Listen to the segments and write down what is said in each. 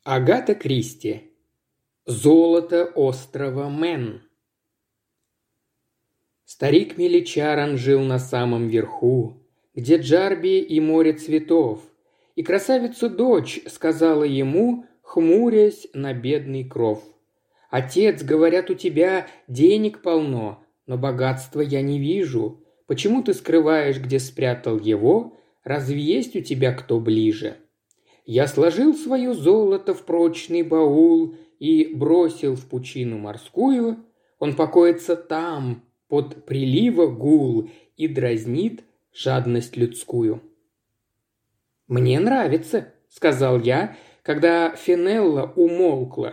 Агата Кристи. Золото острова Мэн. Старик Меличаран жил на самом верху, где Джарби и море цветов, и красавица-дочь сказала ему, хмурясь на бедный кров: «Отец, говорят, у тебя денег полно, но богатства я не вижу. Почему ты скрываешь, где спрятал его? Разве есть у тебя кто ближе?» Я сложил свое золото в прочный баул и бросил в пучину морскую. Он покоится там, под прилива гул, и дразнит жадность людскую. «Мне нравится», — сказал я, когда Финелла умолкла.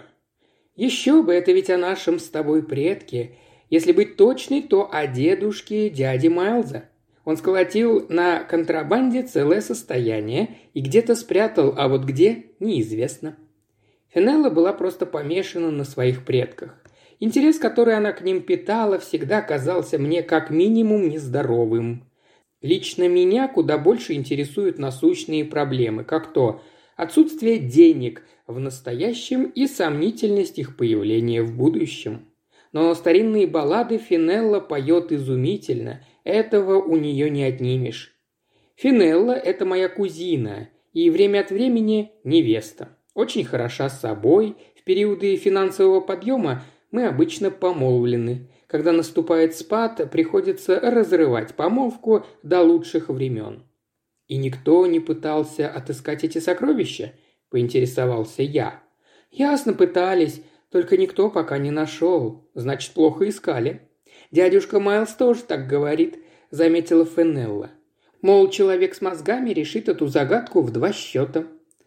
«Еще бы, это ведь о нашем с тобой предке. Если быть точной, то о дедушке дяди Майлза. Он сколотил на контрабанде целое состояние и где-то спрятал, а вот где – неизвестно». Финелла была просто помешана на своих предках. Интерес, который она к ним питала, всегда казался мне как минимум нездоровым. Лично меня куда больше интересуют насущные проблемы, как то отсутствие денег в настоящем и сомнительность их появления в будущем. Но старинные баллады Финелла поет изумительно, этого у нее не отнимешь. Финелла – это моя кузина и время от времени невеста. Очень хороша с собой, в периоды финансового подъема мы обычно помолвлены. Когда наступает спад, приходится разрывать помолвку до лучших времен. «И никто не пытался отыскать эти сокровища?» – поинтересовался я. «Ясно, пытались, только никто пока не нашел. Значит, плохо искали». «Дядюшка Майлз тоже так говорит», – заметила Финелла. «Мол, человек с мозгами решит эту загадку в 2 счета».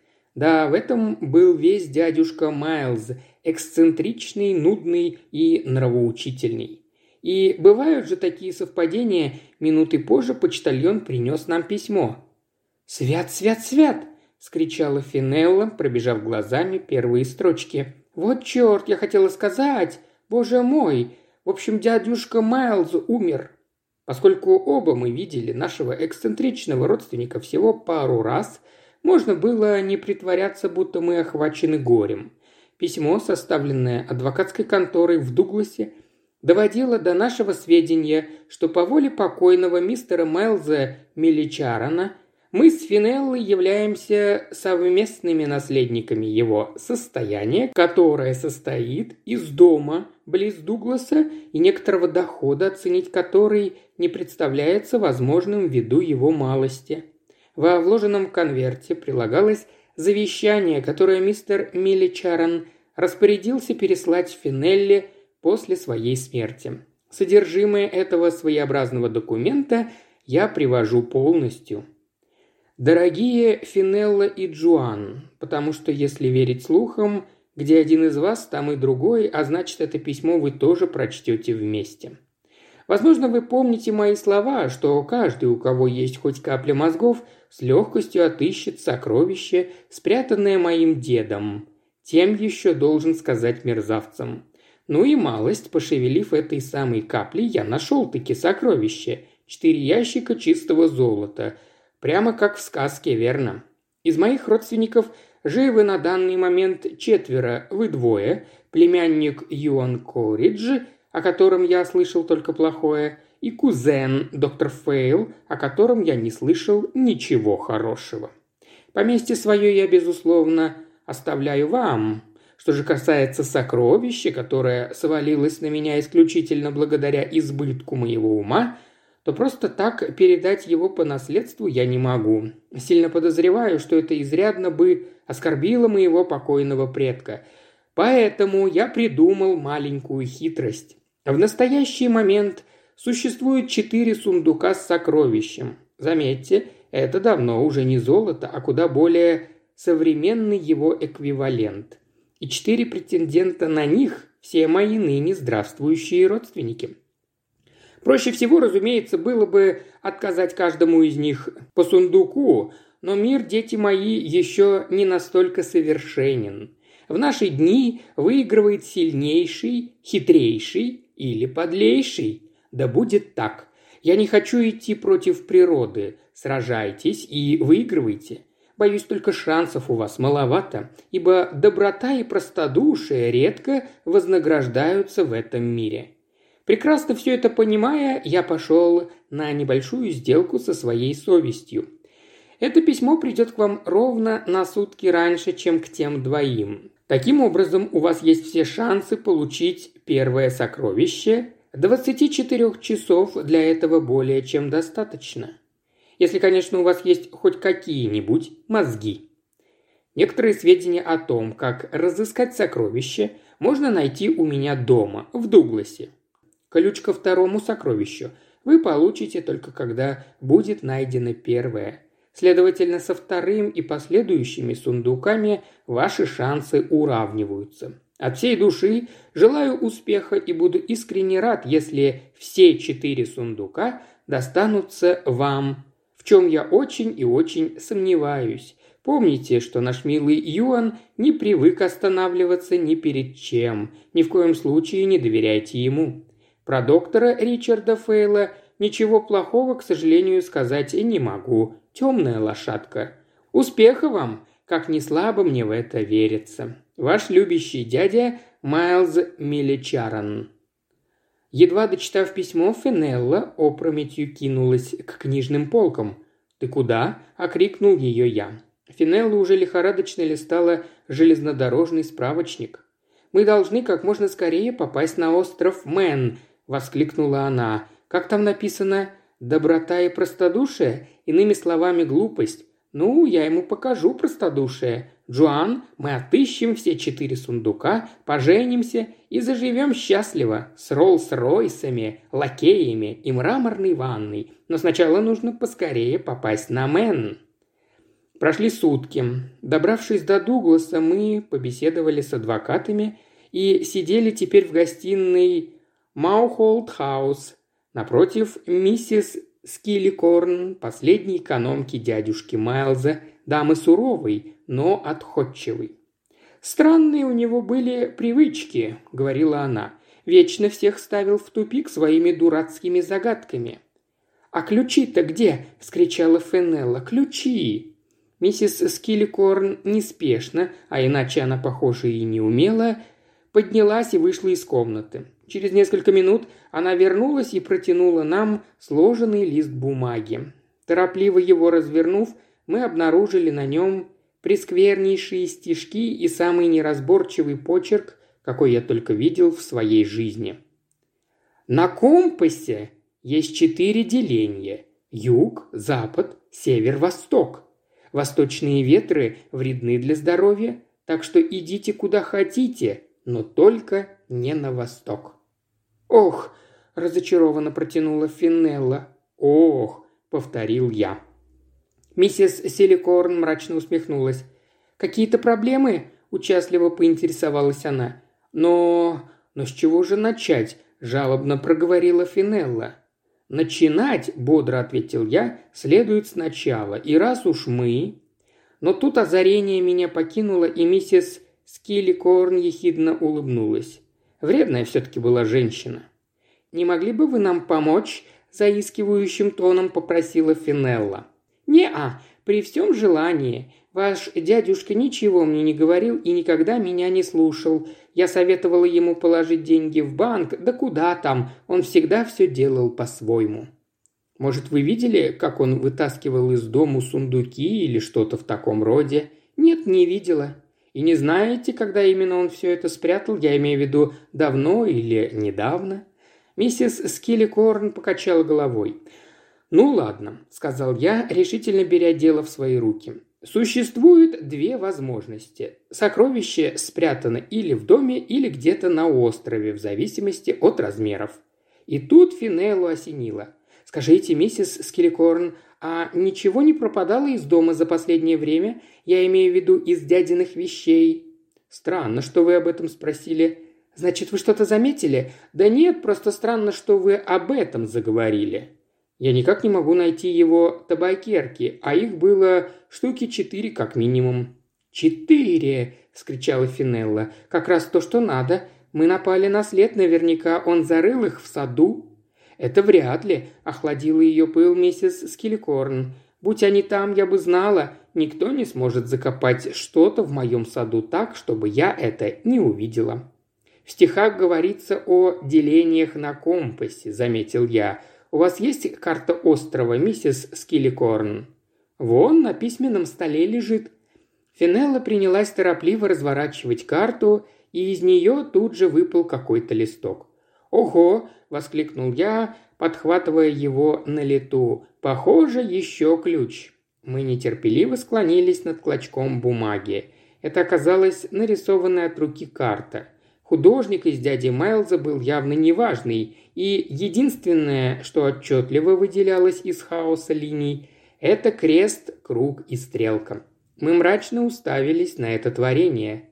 Да, в этом был весь дядюшка Майлз, эксцентричный, нудный и нравоучительный. И бывают же такие совпадения, минуты позже почтальон принес нам письмо. «Свят, свят, свят!» – скричала Финелла, пробежав глазами первые строчки. «Вот черт, я хотела сказать! Боже мой! В общем, дядюшка Майлз умер». Поскольку оба мы видели нашего эксцентричного родственника всего пару раз, можно было не притворяться, будто мы охвачены горем. Письмо, составленное адвокатской конторой в Дугласе, доводило до нашего сведения, что по воле покойного мистера Майлза Меличарана мы с Финеллой являемся совместными наследниками его состояния, которое состоит из дома близ Дугласа и некоторого дохода, оценить который не представляется возможным ввиду его малости. Во вложенном конверте прилагалось завещание, которое мистер Меличаран распорядился переслать Финелле после своей смерти. Содержимое этого своеобразного документа я привожу полностью. «Дорогие Финелла и Джоан, потому что, если верить слухам, где один из вас, там и другой, а значит, это письмо вы тоже прочтете вместе. Возможно, вы помните мои слова, что каждый, у кого есть хоть капля мозгов, с легкостью отыщет сокровище, спрятанное моим дедом. Тем еще должен сказать мерзавцам. Ну и малость, пошевелив этой самой каплей, я нашел-таки сокровище. 4 ящика чистого золота. Прямо как в сказке, верно? Из моих родственников живы на данный момент 4, вы 2, племянник Юан Коридж, о котором я слышал только плохое, и кузен доктор Фейл, о котором я не слышал ничего хорошего. Поместье свое я, безусловно, оставляю вам. Что же касается сокровища, которое свалилось на меня исключительно благодаря избытку моего ума, то просто так передать его по наследству я не могу. Сильно подозреваю, что это изрядно бы оскорбило моего покойного предка. Поэтому я придумал маленькую хитрость. В настоящий момент существует 4 сундука с сокровищем. Заметьте, это давно уже не золото, а куда более современный его эквивалент. И 4 претендента на них – все мои ныне здравствующие родственники. Проще всего, разумеется, было бы отказать каждому из них по сундуку, но мир, дети мои, еще не настолько совершенен. В наши дни выигрывает сильнейший, хитрейший или подлейший. Да будет так. Я не хочу идти против природы. Сражайтесь и выигрывайте. Боюсь, только шансов у вас маловато, ибо доброта и простодушие редко вознаграждаются в этом мире. Прекрасно все это понимая, я пошел на небольшую сделку со своей совестью. Это письмо придет к вам ровно на сутки раньше, чем к тем двоим. Таким образом, у вас есть все шансы получить первое сокровище. 24 часов для этого более чем достаточно. Если, конечно, у вас есть хоть какие-нибудь мозги. Некоторые сведения о том, как разыскать сокровище, можно найти у меня дома, в Дугласе. Ключ ко второму сокровищу вы получите только когда будет найдено первое. Следовательно, со вторым и последующими сундуками ваши шансы уравниваются. От всей души желаю успеха и буду искренне рад, если все 4 сундука достанутся вам, в чем я очень и очень сомневаюсь. Помните, что наш милый Юан не привык останавливаться ни перед чем. Ни в коем случае не доверяйте ему. Про доктора Ричарда Фейла ничего плохого, к сожалению, сказать не могу. Темная лошадка. Успеха вам, как ни слабо мне в это верится. Ваш любящий дядя Майлз Миличаран. Едва дочитав письмо, Фенелла опрометью кинулась к книжным полкам. «Ты куда?» – окрикнул ее я. Фенелла уже лихорадочно листала железнодорожный справочник. «Мы должны как можно скорее попасть на остров Мэн», – воскликнула она. «Как там написано? Доброта и простодушие? Иными словами, глупость. Ну, я ему покажу простодушие. Джоан, мы отыщем все 4 сундука, поженимся и заживем счастливо с Роллс-Ройсами, лакеями и мраморной ванной. Но сначала нужно поскорее попасть на Мэн». Прошли сутки. Добравшись до Дугласа, мы побеседовали с адвокатами и сидели теперь в гостиной Маухолд-хаус напротив миссис Скилликорн, последней экономки дядюшки Майлза, дамы суровой, но отходчивой. «Странные у него были привычки», — говорила она. «Вечно всех ставил в тупик своими дурацкими загадками». «А ключи-то где?» — вскричала Фенелла. «Ключи!» Миссис Скилликорн неспешно, а иначе она, похоже, и не умела, поднялась и вышла из комнаты. Через несколько минут она вернулась и протянула нам сложенный лист бумаги. Торопливо его развернув, мы обнаружили на нем пресквернейшие стишки и самый неразборчивый почерк, какой я только видел в своей жизни. «На компасе есть 4 деления – юг, запад, север, восток. Восточные ветры вредны для здоровья, так что идите куда хотите, но только не на восток». «Ох!» – разочарованно протянула Фенелла. «Ох!» – повторил я. Миссис Силикорн мрачно усмехнулась. «Какие-то проблемы?» – участливо поинтересовалась она. Но с чего же начать?» – жалобно проговорила Фенелла. «Начинать, – бодро ответил я, – следует сначала. И раз уж мы...» Но тут озарение меня покинуло, и миссис Скилликорн ехидно улыбнулась. Вредная все-таки была женщина. «Не могли бы вы нам помочь?» – заискивающим тоном попросила Фенелла. «Не-а, при всем желании. Ваш дядюшка ничего мне не говорил и никогда меня не слушал. Я советовала ему положить деньги в банк, да куда там, он всегда все делал по-своему». «Может, вы видели, как он вытаскивал из дому сундуки или что-то в таком роде?» «Нет, не видела». «И не знаете, когда именно он все это спрятал? Я имею в виду, давно или недавно?» Миссис Скилликорн покачала головой. «Ну ладно», – сказал я, решительно беря дело в свои руки. «Существует 2 возможности. Сокровище спрятано или в доме, или где-то на острове, в зависимости от размеров». И тут Фенеллу осенило. «Скажите, миссис Скилликорн, а ничего не пропадало из дома за последнее время? Я имею в виду из дядиных вещей». «Странно, что вы об этом спросили». «Значит, вы что-то заметили?» «Да нет, просто странно, что вы об этом заговорили». «Я никак не могу найти его табакерки, а их было штуки 4 как минимум». «4!» – вскричала Фенелла. «Как раз то, что надо. Мы напали на след, наверняка он зарыл их в саду». «Это вряд ли», – охладила ее пыл миссис Скилликорн. Будь они там, я бы знала, никто не сможет закопать что-то в моем саду так, чтобы я это не увидела». «В стихах говорится о делениях на компасе», – заметил я. «У вас есть карта острова, миссис Скилликорн?» «Вон, на письменном столе лежит». Финелла принялась торопливо разворачивать карту, и из нее тут же выпал какой-то листок. «Ого!» – воскликнул я, подхватывая его на лету. «Похоже, еще ключ». Мы нетерпеливо склонились над клочком бумаги. Это оказалась нарисованная от руки карта. Художник из дяди Майлза был явно неважный, и единственное, что отчетливо выделялось из хаоса линий – это крест, круг и стрелка. Мы мрачно уставились на это творение.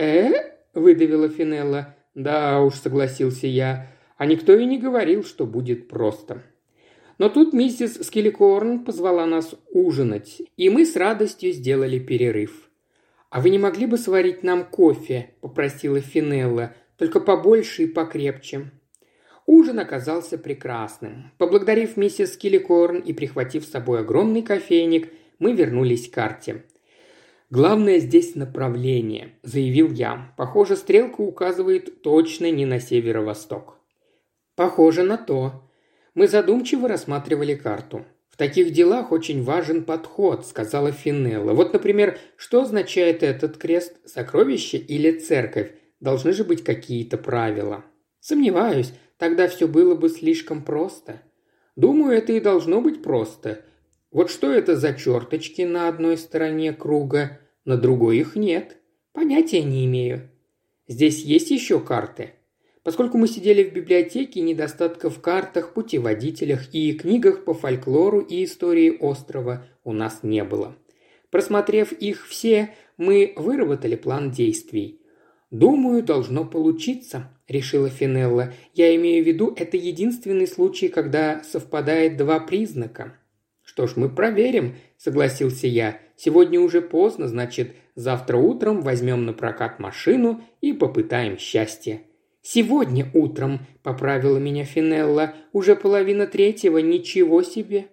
Выдавила Финелла. «Да уж», – согласился я, – «а никто и не говорил, что будет просто». Но тут миссис Скилликорн позвала нас ужинать, и мы с радостью сделали перерыв. «А вы не могли бы сварить нам кофе?» – попросила Финелла, – «только побольше и покрепче». Ужин оказался прекрасным. Поблагодарив миссис Скилликорн и прихватив с собой огромный кофейник, мы вернулись к карте. «Главное здесь направление», – заявил я. «Похоже, стрелка указывает точно не на северо-восток». «Похоже на то». Мы задумчиво рассматривали карту. «В таких делах очень важен подход», – сказала Финелла. «Вот, например, что означает этот крест? Сокровище или церковь? Должны же быть какие-то правила». «Сомневаюсь, тогда все было бы слишком просто». «Думаю, это и должно быть просто. Вот что это за черточки на одной стороне круга, на другой их нет? Понятия не имею». «Здесь есть еще карты?» Поскольку мы сидели в библиотеке, недостатков в картах, путеводителях и книгах по фольклору и истории острова у нас не было. Просмотрев их все, мы выработали план действий. «Думаю, должно получиться», – решила Финелла. «Я имею в виду, это единственный случай, когда совпадает два признака». «Что ж, мы проверим», – согласился я. «Сегодня уже поздно, значит, завтра утром возьмем на прокат машину и попытаем счастье». «Сегодня утром», – поправила меня Финелла, – «уже 2:30, ничего себе».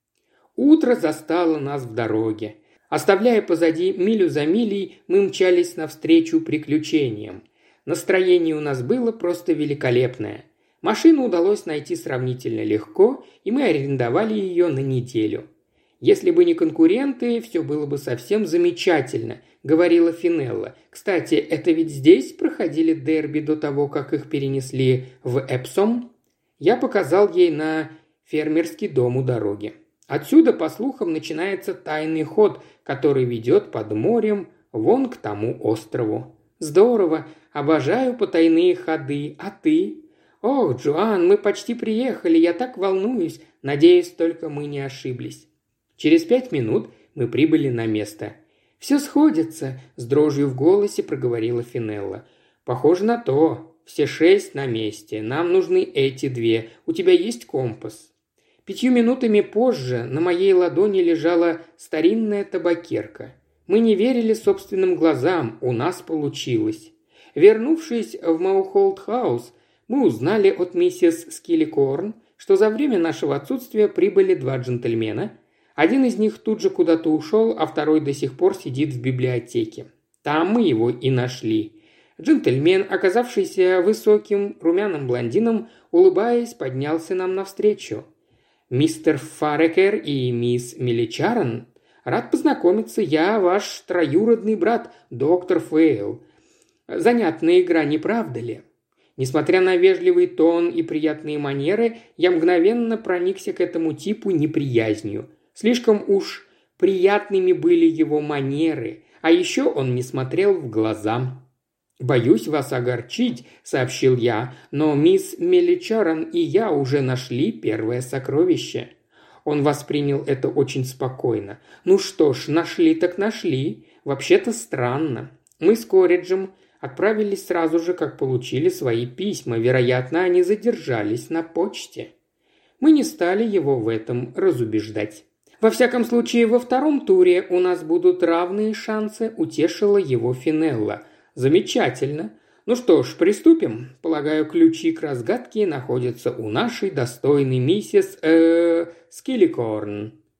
Утро застало нас в дороге. Оставляя позади милю за милей, мы мчались навстречу приключениям. Настроение у нас было просто великолепное. Машину удалось найти сравнительно легко, и мы арендовали ее на неделю. «Если бы не конкуренты, все было бы совсем замечательно», – говорила Финелла. «Кстати, это ведь здесь проходили дерби до того, как их перенесли в Эпсом?» Я показал ей на фермерский дом у дороги. Отсюда, по слухам, начинается тайный ход, который ведет под морем вон к тому острову. «Здорово! Обожаю потайные ходы. А ты?» «Ох, Джоан, мы почти приехали. Я так волнуюсь. Надеюсь, только мы не ошиблись». Через 5 минут мы прибыли на место. «Все сходится», – с дрожью в голосе проговорила Финелла. «Похоже на то. Все 6 на месте. Нам нужны эти 2. У тебя есть компас?» 5 минутами позже на моей ладони лежала старинная табакерка. Мы не верили собственным глазам. У нас получилось. Вернувшись в Маухолд-хаус, мы узнали от миссис Скилликорн, что за время нашего отсутствия прибыли 2 джентльмена. Один из них тут же куда-то ушел, а второй до сих пор сидит в библиотеке. Там мы его и нашли. Джентльмен, оказавшийся высоким, румяным блондином, улыбаясь, поднялся нам навстречу. «Мистер Фарекер и мисс Меличаран, рад познакомиться, я ваш троюродный брат, доктор Фейл. Занятная игра, не правда ли?» Несмотря на вежливый тон и приятные манеры, я мгновенно проникся к этому типу неприязнью. Слишком уж приятными были его манеры, а еще он не смотрел в глаза. «Боюсь вас огорчить», – сообщил я, – «но мисс Меличаран и я уже нашли первое сокровище». Он воспринял это очень спокойно. «Ну что ж, нашли так нашли. Вообще-то странно. Мы с Кориджем отправились сразу же, как получили свои письма. Вероятно, они задержались на почте». Мы не стали его в этом разубеждать. «Во всяком случае, во втором туре у нас будут равные шансы», – утешила его Финелла. «Замечательно. Ну что ж, приступим. Полагаю, ключи к разгадке находятся у нашей достойной миссис Скилликорн».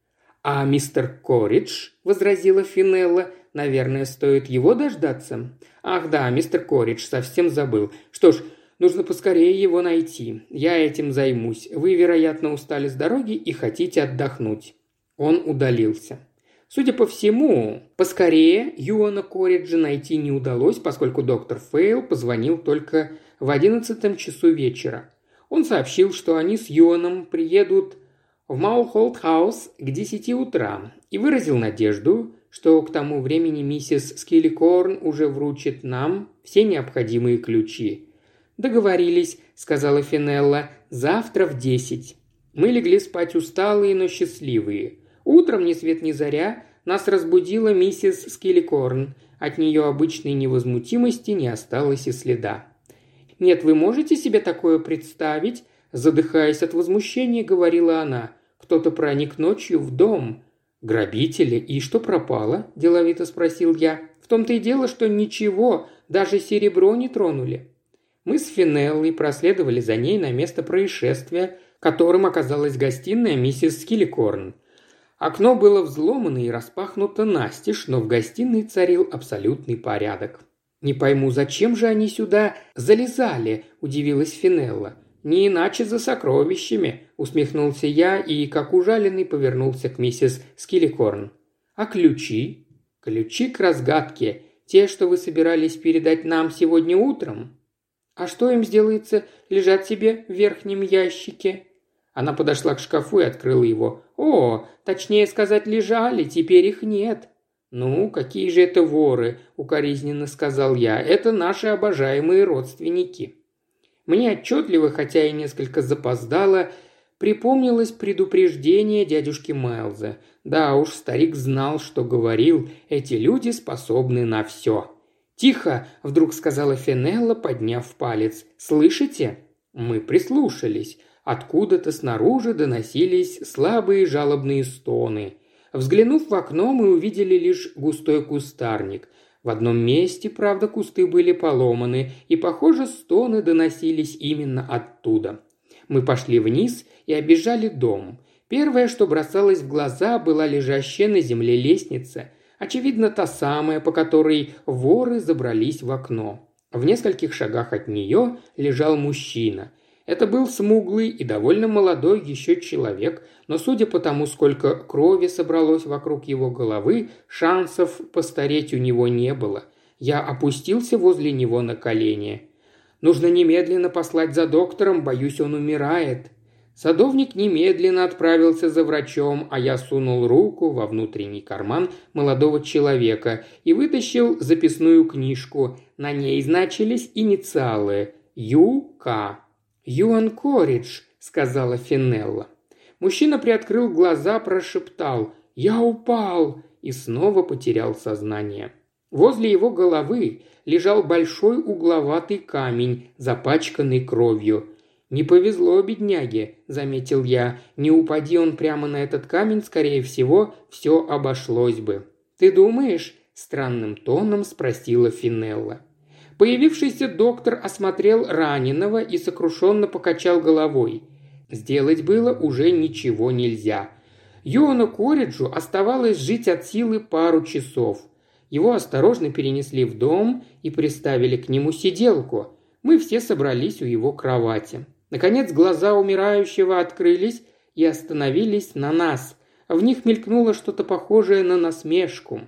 «А мистер Корридж?» – возразила Финелла. «Наверное, стоит его дождаться?» «Ах да, мистер Корридж, совсем забыл. Что ж, нужно поскорее его найти. Я этим займусь. Вы, вероятно, устали с дороги и хотите отдохнуть». Он удалился. Судя по всему, поскорее Юана Корриджа найти не удалось, поскольку доктор Фейл позвонил только в 11 часу вечера. Он сообщил, что они с Юаном приедут в Маулхолд-хаус к 10 утра и выразил надежду, что к тому времени миссис Скилликорн уже вручит нам все необходимые ключи. «Договорились», – сказала Финелла, – «завтра в 10». Мы легли спать усталые, но счастливые. Утром, ни свет ни заря, нас разбудила миссис Скилликорн. От нее обычной невозмутимости не осталось и следа. «Нет, вы можете себе такое представить?» – задыхаясь от возмущения, говорила она. «Кто-то проник ночью в дом». «Грабители? И что пропало?» – деловито спросил я. «В том-то и дело, что ничего, даже серебро не тронули». Мы с Финеллой проследовали за ней на место происшествия, которым оказалась гостиная миссис Скилликорн. Окно было взломано и распахнуто настежь, но в гостиной царил абсолютный порядок. «Не пойму, зачем же они сюда залезали?» – удивилась Финелла. «Не иначе за сокровищами», – усмехнулся я и, как ужаленный, повернулся к миссис Скилликорн. «А ключи?» «Ключи к разгадке. Те, что вы собирались передать нам сегодня утром?» «А что им сделается? Лежат себе в верхнем ящике?» Она подошла к шкафу и открыла его. «О, точнее сказать, лежали, теперь их нет». «Ну, какие же это воры?» – укоризненно сказал я. «Это наши обожаемые родственники». Мне отчетливо, хотя и несколько запоздало, припомнилось предупреждение дядюшки Майлза. Да уж, старик знал, что говорил, эти люди способны на все. «Тихо!» – вдруг сказала Финелла, подняв палец. «Слышите?» Мы прислушались. Откуда-то снаружи доносились слабые жалобные стоны. Взглянув в окно, мы увидели лишь густой кустарник. В одном месте, правда, кусты были поломаны, и, похоже, стоны доносились именно оттуда. Мы пошли вниз и обежали дом. Первое, что бросалось в глаза, была лежащая на земле лестница. Очевидно, та самая, по которой воры забрались в окно. В нескольких шагах от нее лежал мужчина. Это был смуглый и довольно молодой еще человек, но судя по тому, сколько крови собралось вокруг его головы, шансов постареть у него не было. Я опустился возле него на колени. «Нужно немедленно послать за доктором, боюсь, он умирает». Садовник немедленно отправился за врачом, а я сунул руку во внутренний карман молодого человека и вытащил записную книжку. На ней значились инициалы «Ю.К». «Юан Корридж», – сказала Финелла. Мужчина приоткрыл глаза, прошептал «Я упал» и снова потерял сознание. Возле его головы лежал большой угловатый камень, запачканный кровью. «Не повезло бедняге», – заметил я. «Не упади он прямо на этот камень, скорее всего, все обошлось бы». «Ты думаешь?» – странным тоном спросила Финелла. Появившийся доктор осмотрел раненого и сокрушенно покачал головой. Сделать было уже ничего нельзя. Юану Корриджу оставалось жить от силы пару часов. Его осторожно перенесли в дом и приставили к нему сиделку. Мы все собрались у его кровати. Наконец глаза умирающего открылись и остановились на нас. В них мелькнуло что-то похожее на насмешку.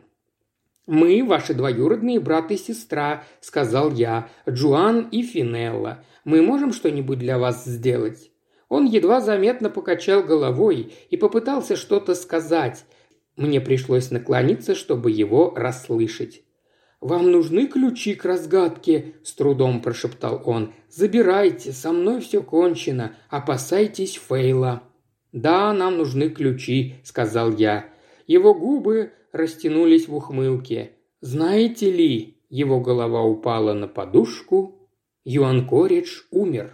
«Мы ваши двоюродные брат и сестра», – сказал я, – «Джоан и Финелла. Мы можем что-нибудь для вас сделать?» Он едва заметно покачал головой и попытался что-то сказать. Мне пришлось наклониться, чтобы его расслышать. «Вам нужны ключи к разгадке?» – с трудом прошептал он. «Забирайте, со мной все кончено. Опасайтесь Фейла». «Да, нам нужны ключи», – сказал я. Его губы растянулись в ухмылке. «Знаете ли?» – его голова упала на подушку. «Юан Корридж умер».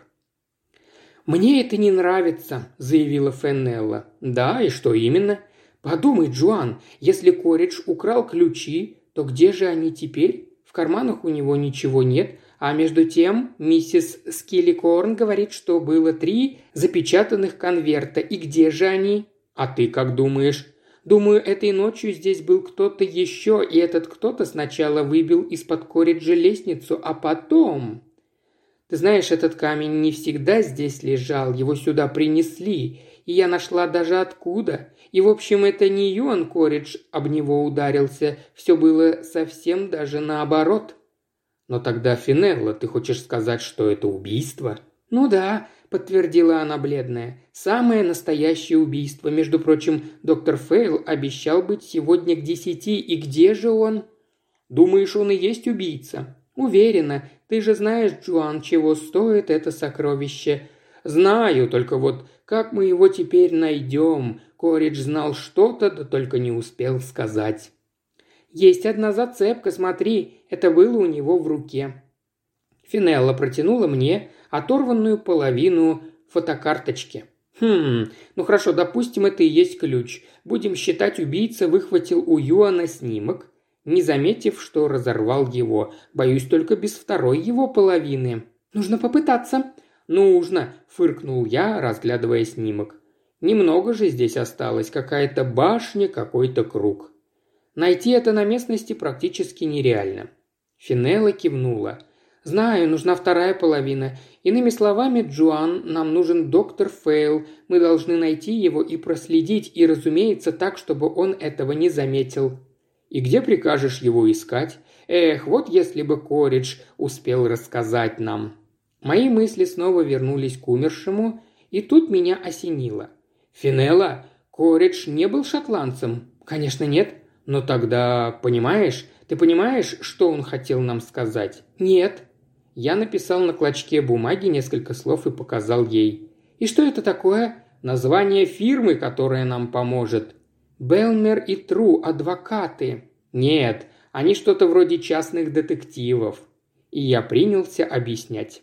«Мне это не нравится», – заявила Феннелла. «Да, и что именно?» «Подумай, Джоан, если Корридж украл ключи, то где же они теперь? В карманах у него ничего нет, а между тем миссис Скилликорн говорит, что было 3 запечатанных конверта. И где же они?» «А ты как думаешь?» Думаю, этой ночью здесь был кто-то еще, и этот кто-то сначала выбил из-под Кориджа лестницу, а потом... Ты знаешь, этот камень не всегда здесь лежал, его сюда принесли, и я нашла даже откуда. И, в общем, это не Юан Коридж об него ударился, все было совсем даже наоборот». «Но тогда, Финелла, ты хочешь сказать, что это убийство?» «Ну да», – подтвердила она бледная. «Самое настоящее убийство. Между прочим, доктор Фейл обещал быть сегодня к 10, и где же он?» «Думаешь, он и есть убийца?» «Уверена. Ты же знаешь, Джоан, чего стоит это сокровище». «Знаю, только вот как мы его теперь найдем? Коридж знал что-то, да только не успел сказать». «Есть одна зацепка, смотри, это было у него в руке». Финелла протянула мне оторванную половину фотокарточки. Ну хорошо, допустим, это и есть ключ. Будем считать, убийца выхватил у Юана снимок, не заметив, что разорвал его. Боюсь, только без второй его половины. Нужно попытаться. Нужно, фыркнул я, разглядывая снимок. Немного же здесь осталось, какая-то башня, какой-то круг. Найти это на местности практически нереально. Финелла кивнула. «Знаю, нужна вторая половина. Иными словами, Джоан, нам нужен доктор Фейл. Мы должны найти его и проследить, и, разумеется, так, чтобы он этого не заметил». «И где прикажешь его искать?» «Эх, вот если бы Коридж успел рассказать нам». Мои мысли снова вернулись к умершему, и тут меня осенило. «Финелла, Коридж не был шотландцем?» «Конечно, нет. Но тогда, понимаешь, ты понимаешь, что он хотел нам сказать?» «Нет». Я написал на клочке бумаги несколько слов и показал ей. «И что это такое?» «Название фирмы, которая нам поможет». «Белмер и Тру, адвокаты». «Нет, они что-то вроде частных детективов». И я принялся объяснять.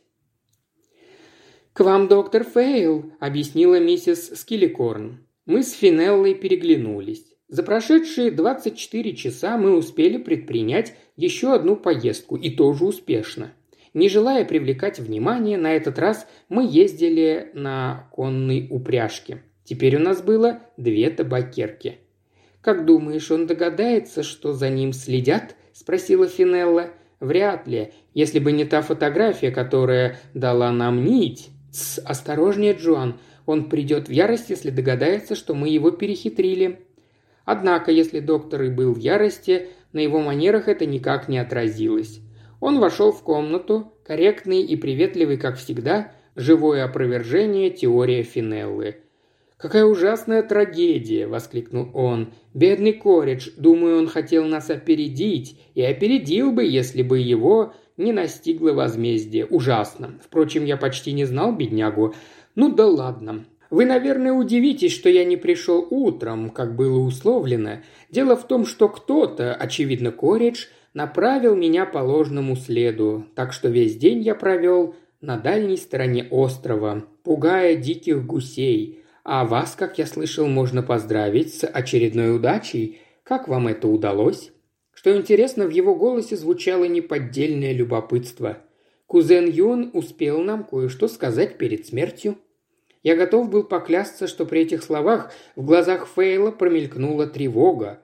«К вам доктор Фейл», – объяснила миссис Скилликорн. Мы с Финеллой переглянулись. За прошедшие 24 часа мы успели предпринять еще одну поездку, и тоже успешно. Не желая привлекать внимание, на этот раз мы ездили на конной упряжке. Теперь у нас было 2 табакерки. «Как думаешь, он догадается, что за ним следят?» – спросила Финелла. «Вряд ли, если бы не та фотография, которая дала нам нить». «Осторожнее, Джоан, он придет в ярость, если догадается, что мы его перехитрили». Однако, если доктор и был в ярости, на его манерах это никак не отразилось. Он вошел в комнату, корректный и приветливый, как всегда, живое опровержение теории Финеллы. «Какая ужасная трагедия!» – воскликнул он. «Бедный Коридж, думаю, он хотел нас опередить, и опередил бы, если бы его не настигло возмездие. Ужасно. Впрочем, я почти не знал беднягу. Ну да ладно. Вы, наверное, удивитесь, что я не пришел утром, как было условлено. Дело в том, что кто-то, очевидно, Коридж, направил меня по ложному следу, так что весь день я провел на дальней стороне острова, пугая диких гусей. А вас, как я слышал, можно поздравить с очередной удачей. Как вам это удалось?» Что интересно, в его голосе звучало неподдельное любопытство. Кузен Юн успел нам кое-что сказать перед смертью. Я готов был поклясться, что при этих словах в глазах Фейла промелькнула тревога.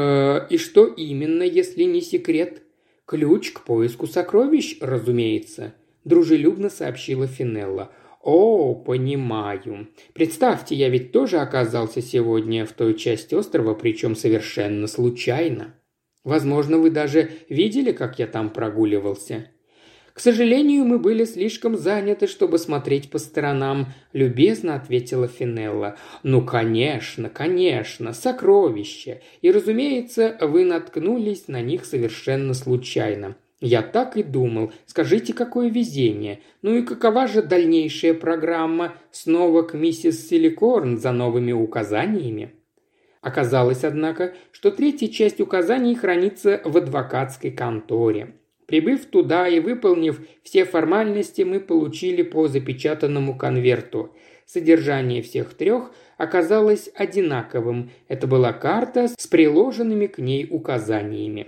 И что именно, если не секрет?» «Ключ к поиску сокровищ, разумеется», – дружелюбно сообщила Финелла. «О, понимаю. Представьте, я ведь тоже оказался сегодня в той части острова, причем совершенно случайно. Возможно, вы даже видели, как я там прогуливался?» «К сожалению, мы были слишком заняты, чтобы смотреть по сторонам», – любезно ответила Финелла. «Ну, конечно, конечно, сокровища. И, разумеется, вы наткнулись на них совершенно случайно. Я так и думал. Скажите, какое везение. Ну и какова же дальнейшая программа? Снова к миссис Силикорн за новыми указаниями?» Оказалось, однако, что 3-я часть указаний хранится в адвокатской конторе. Прибыв туда и выполнив все формальности, мы получили по запечатанному конверту. Содержание всех 3 оказалось одинаковым. Это была карта с приложенными к ней указаниями.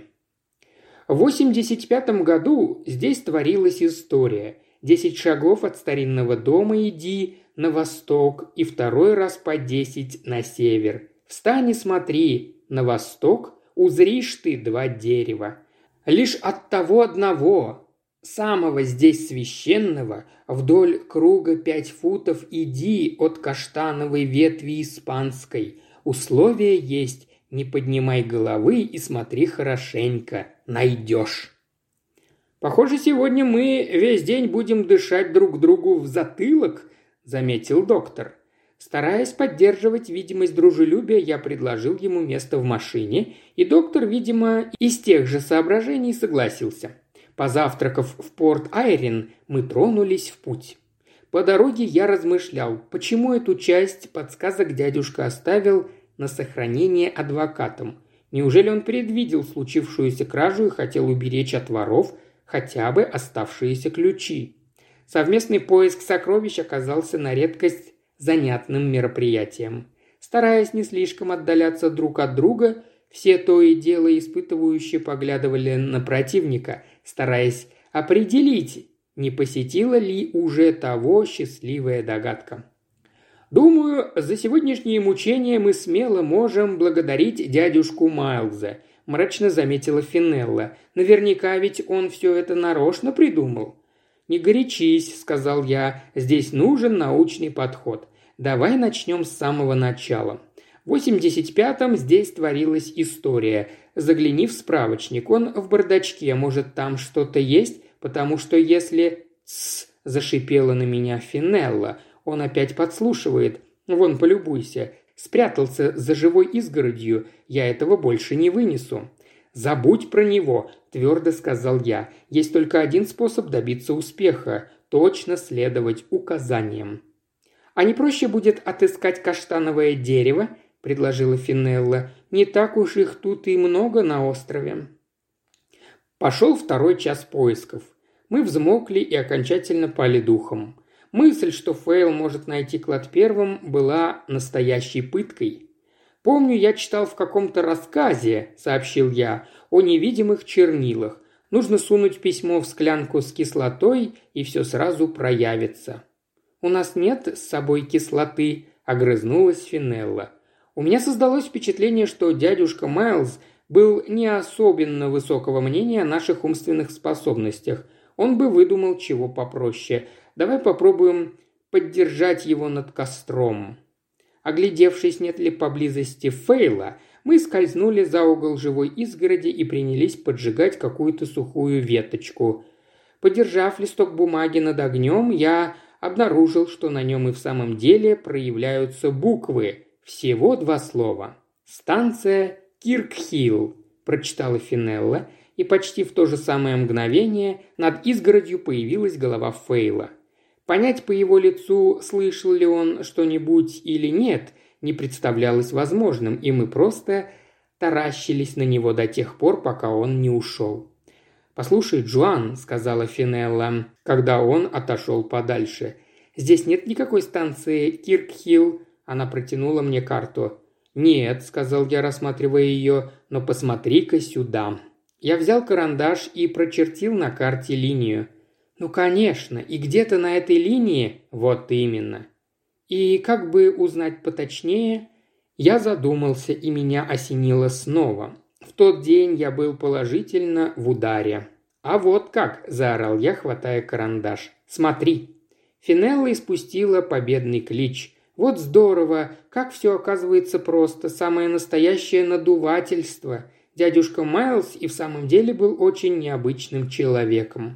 В 1985 году здесь творилась история. 10 шагов от старинного дома иди на восток и 2 раз по 10 на север. Встань и смотри, на восток узришь ты два дерева. Лишь от того одного, самого здесь священного, вдоль круга 5 футов иди от каштановой ветви испанской. Условие есть, не поднимай головы и смотри хорошенько, найдешь. «Похоже, сегодня мы весь день будем дышать друг другу в затылок», – заметил доктор. Стараясь поддерживать видимость дружелюбия, я предложил ему место в машине, и доктор, видимо, из тех же соображений согласился. Позавтракав в Порт-Айрин, мы тронулись в путь. По дороге я размышлял, почему эту часть подсказок дядюшка оставил на сохранение адвокатам. Неужели он предвидел случившуюся кражу и хотел уберечь от воров хотя бы оставшиеся ключи? Совместный поиск сокровищ оказался на редкость занятным мероприятием. Стараясь не слишком отдаляться друг от друга, все то и дело испытывающие поглядывали на противника, стараясь определить, не посетила ли уже того счастливая догадка. «Думаю, за сегодняшние мучения мы смело можем благодарить дядюшку Майлза», – мрачно заметила Финелла. «Наверняка ведь он все это нарочно придумал». «Не горячись», – сказал я, – «здесь нужен научный подход. Давай начнем с самого начала. В 85-м здесь творилась история. Загляни в справочник, он в бардачке, может, там что-то есть, потому что если...» «Тссс», – зашипела на меня Финелла, – «он опять подслушивает. Вон, полюбуйся. Спрятался за живой изгородью. Я этого больше не вынесу». «Забудь про него», – твердо сказал я. «Есть только один способ добиться успеха – точно следовать указаниям». «А не проще будет отыскать каштановое дерево?» – предложила Финелла. «Не так уж их тут и много на острове». Пошел второй час поисков. Мы взмокли и окончательно пали духом. Мысль, что Фейл может найти клад первым, была настоящей пыткой. «Помню, я читал в каком-то рассказе», – сообщил я, – «о невидимых чернилах. Нужно сунуть письмо в склянку с кислотой, и все сразу проявится». «У нас нет с собой кислоты», – огрызнулась Финелла. У меня создалось впечатление, что дядюшка Майлз был не особенно высокого мнения о наших умственных способностях. Он бы выдумал чего попроще. Давай попробуем поддержать его над костром. Оглядевшись, нет ли поблизости Фейла, мы скользнули за угол живой изгороди и принялись поджигать какую-то сухую веточку. Подержав листок бумаги над огнем, я обнаружил, что на нем и в самом деле проявляются буквы. Всего 2 слова. «Станция Киркхилл», – прочитала Финелла, и почти в то же самое мгновение над изгородью появилась голова Фейла. Понять по его лицу, слышал ли он что-нибудь или нет, не представлялось возможным, и мы просто таращились на него до тех пор, пока он не ушел. «Послушай, Джоан», – сказала Финелла, когда он отошел подальше, – «здесь нет никакой станции Киркхилл». Она протянула мне карту. «Нет», – сказал я, рассматривая ее, – «но посмотри-ка сюда». Я взял карандаш и прочертил на карте линию. «Ну, конечно, и где-то на этой линии...» «Вот именно». «И как бы узнать поточнее?» Я задумался, и меня осенило снова. В тот день я был положительно в ударе. «А вот как!» – заорал я, хватая карандаш. «Смотри!» Финелла испустила победный клич. «Вот здорово! Как все оказывается просто! Самое настоящее надувательство!» Дядюшка Майлз и в самом деле был очень необычным человеком.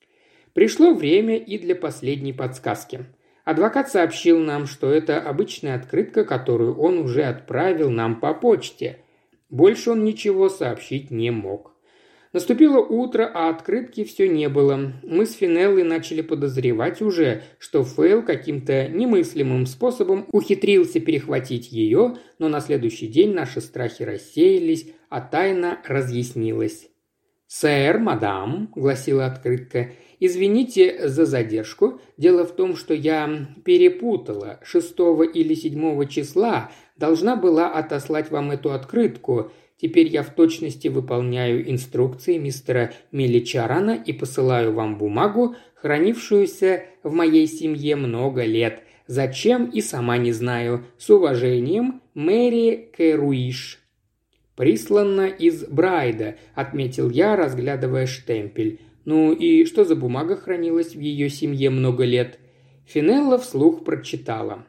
Пришло время и для последней подсказки. Адвокат сообщил нам, что это обычная открытка, которую он уже отправил нам по почте. Больше он ничего сообщить не мог. Наступило утро, а открытки все не было. Мы с Финеллой начали подозревать уже, что Фейл каким-то немыслимым способом ухитрился перехватить ее, но на следующий день наши страхи рассеялись, а тайна разъяснилась. «Сэр, мадам», – гласила открытка, – «извините за задержку. Дело в том, что я перепутала. 6 или 7 числа должна была отослать вам эту открытку. Теперь я в точности выполняю инструкции мистера Меличарана и посылаю вам бумагу, хранившуюся в моей семье много лет. Зачем и сама не знаю. С уважением, Мэри Кэруиш». «Прислана из Брайда», – отметил я, разглядывая штемпель. «Ну и что за бумага хранилась в ее семье много лет?» Финелла вслух прочитала.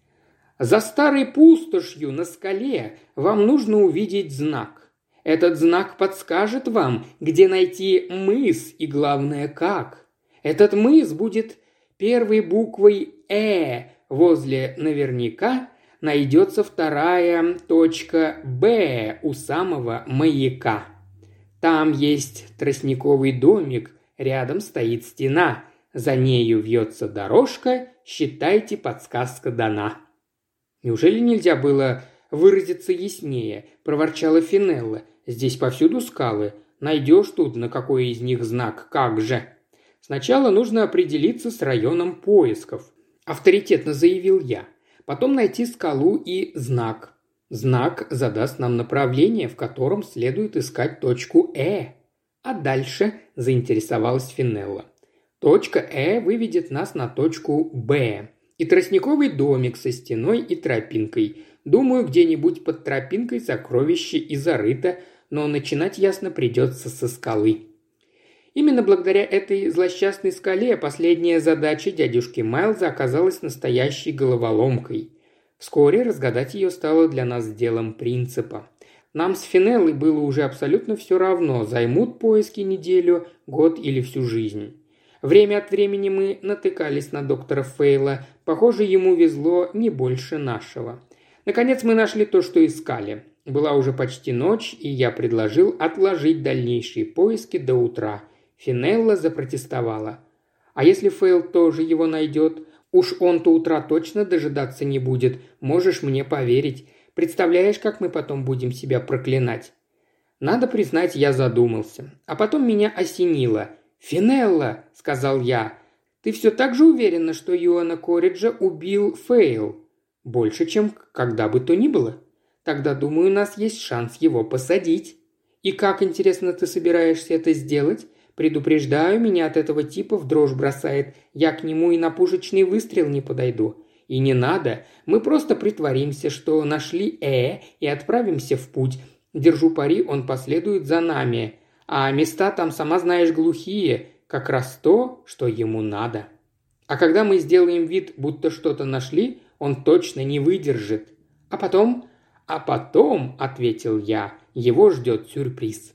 «За старой пустошью на скале вам нужно увидеть знак. Этот знак подскажет вам, где найти мыс и, главное, как. Этот мыс будет первой буквой «Э». Возле наверняка найдется вторая точка «Б» у самого маяка. Там есть тростниковый домик, рядом стоит стена. За нею вьется дорожка, считайте, подсказка дана». «Неужели нельзя было выразиться яснее?» – проворчала Финелла. «Здесь повсюду скалы. Найдешь тут, на какой из них знак, как же». «Сначала нужно определиться с районом поисков», – авторитетно заявил я. «Потом найти скалу и знак. Знак задаст нам направление, в котором следует искать точку «Э». А дальше заинтересовалась Финелла. Точка «Э» выведет нас на точку «Б». И тростниковый домик со стеной и тропинкой. Думаю, где-нибудь под тропинкой сокровище и зарыто, но начинать ясно придется со скалы. Именно благодаря этой злосчастной скале последняя задача дядюшки Майлза оказалась настоящей головоломкой. Вскоре разгадать ее стало для нас делом принципа. Нам с Финеллой было уже абсолютно все равно, займут поиски неделю, год или всю жизнь. Время от времени мы натыкались на доктора Фейла. Похоже, ему везло не больше нашего. Наконец мы нашли то, что искали. Была уже почти ночь, и я предложил отложить дальнейшие поиски до утра. Финелла запротестовала. «А если Фейл тоже его найдет? Уж он-то утра точно дожидаться не будет. Можешь мне поверить. Представляешь, как мы потом будем себя проклинать?» Надо признать, я задумался. А потом меня осенило. «Финелла», – сказал я, – «ты все так же уверена, что Юэна Корриджа убил Фейл?» «Больше, чем когда бы то ни было. Тогда, думаю, у нас есть шанс его посадить». «И как, интересно, ты собираешься это сделать? Предупреждаю, меня от этого типа в дрожь бросает. Я к нему и на пушечный выстрел не подойду. И не надо. Мы просто притворимся, что нашли и отправимся в путь. Держу пари, он последует за нами. А места там, сама знаешь, глухие. Как раз то, что ему надо. А когда мы сделаем вид, будто что-то нашли, он точно не выдержит. А потом, ответил я, его ждет сюрприз».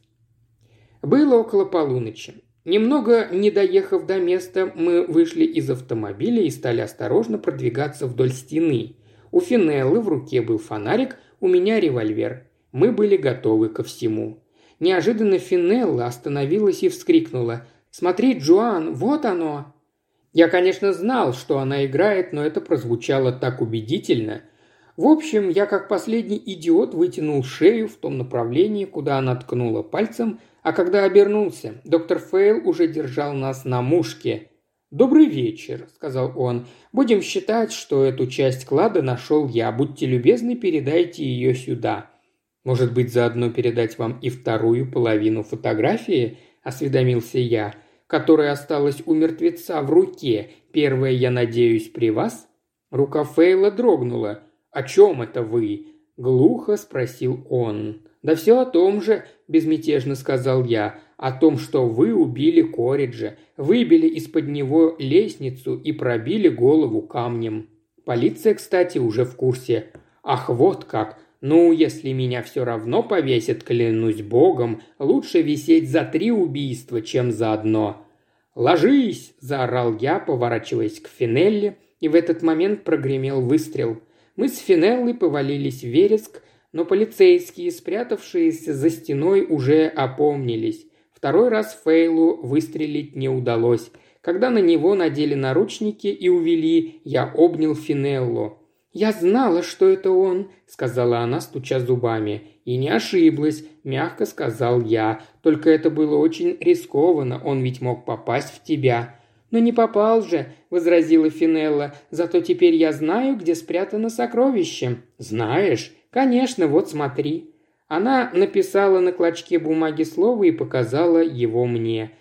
Было около полуночи. Немного не доехав до места, мы вышли из автомобиля и стали осторожно продвигаться вдоль стены. У Финеллы в руке был фонарик, у меня револьвер. Мы были готовы ко всему. Неожиданно Финелла остановилась и вскрикнула: «Смотри, Джоан, вот оно!» Я, конечно, знал, что она играет, но это прозвучало так убедительно. В общем, я как последний идиот вытянул шею в том направлении, куда она ткнула пальцем, а когда обернулся, доктор Фейл уже держал нас на мушке. «Добрый вечер», – сказал он. «Будем считать, что эту часть клада нашел я. Будьте любезны, передайте ее сюда». «Может быть, заодно передать вам и вторую половину фотографии?» – осведомился я. «Которая осталась у мертвеца в руке. Первая, я надеюсь, при вас?» Рука Фейла дрогнула. «О чем это вы?» – глухо спросил он. «Да все о том же», – безмятежно сказал я, – «о том, что вы убили Корриджа, выбили из-под него лестницу и пробили голову камнем. Полиция, кстати, уже в курсе». «Ах, вот как! Ну, если меня все равно повесят, клянусь богом, лучше висеть за 3 убийства, чем за одно». «Ложись!» – заорал я, поворачиваясь к Финелле, и в этот момент прогремел выстрел. Мы с Финеллой повалились в вереск, но полицейские, спрятавшиеся за стеной, уже опомнились. Второй раз Фейлу выстрелить не удалось. Когда на него надели наручники и увели, я обнял Финеллу. «Я знала, что это он», – сказала она, стуча зубами. «И не ошиблась», – мягко сказал я. «Только это было очень рискованно, он ведь мог попасть в тебя». «Но не попал же», – возразила Финелла. «Зато теперь я знаю, где спрятано сокровище». «Знаешь?» «Конечно, вот смотри». Она написала на клочке бумаги слово и показала его мне.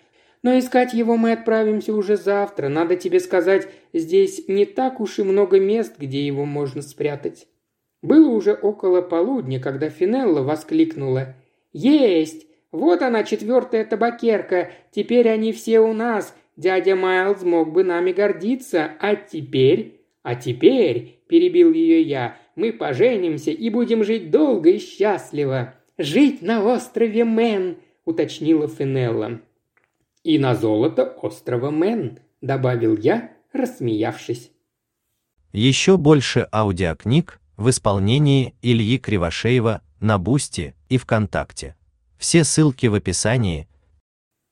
Но искать его мы отправимся уже завтра. Надо тебе сказать, здесь не так уж и много мест, где его можно спрятать». Было уже около полудня, когда Финелла воскликнула: «Есть! Вот она, 4-я табакерка! Теперь они все у нас! Дядя Майлз мог бы нами гордиться! А теперь...» «А теперь, — перебил ее я, — мы поженимся и будем жить долго и счастливо!» «Жить на острове Мэн!» — уточнила Финелла. «И на золото острова Мэн», — добавил я, рассмеявшись. Еще больше аудиокниг в исполнении Ильи Кривошеева на Бусти и ВКонтакте. Все ссылки в описании.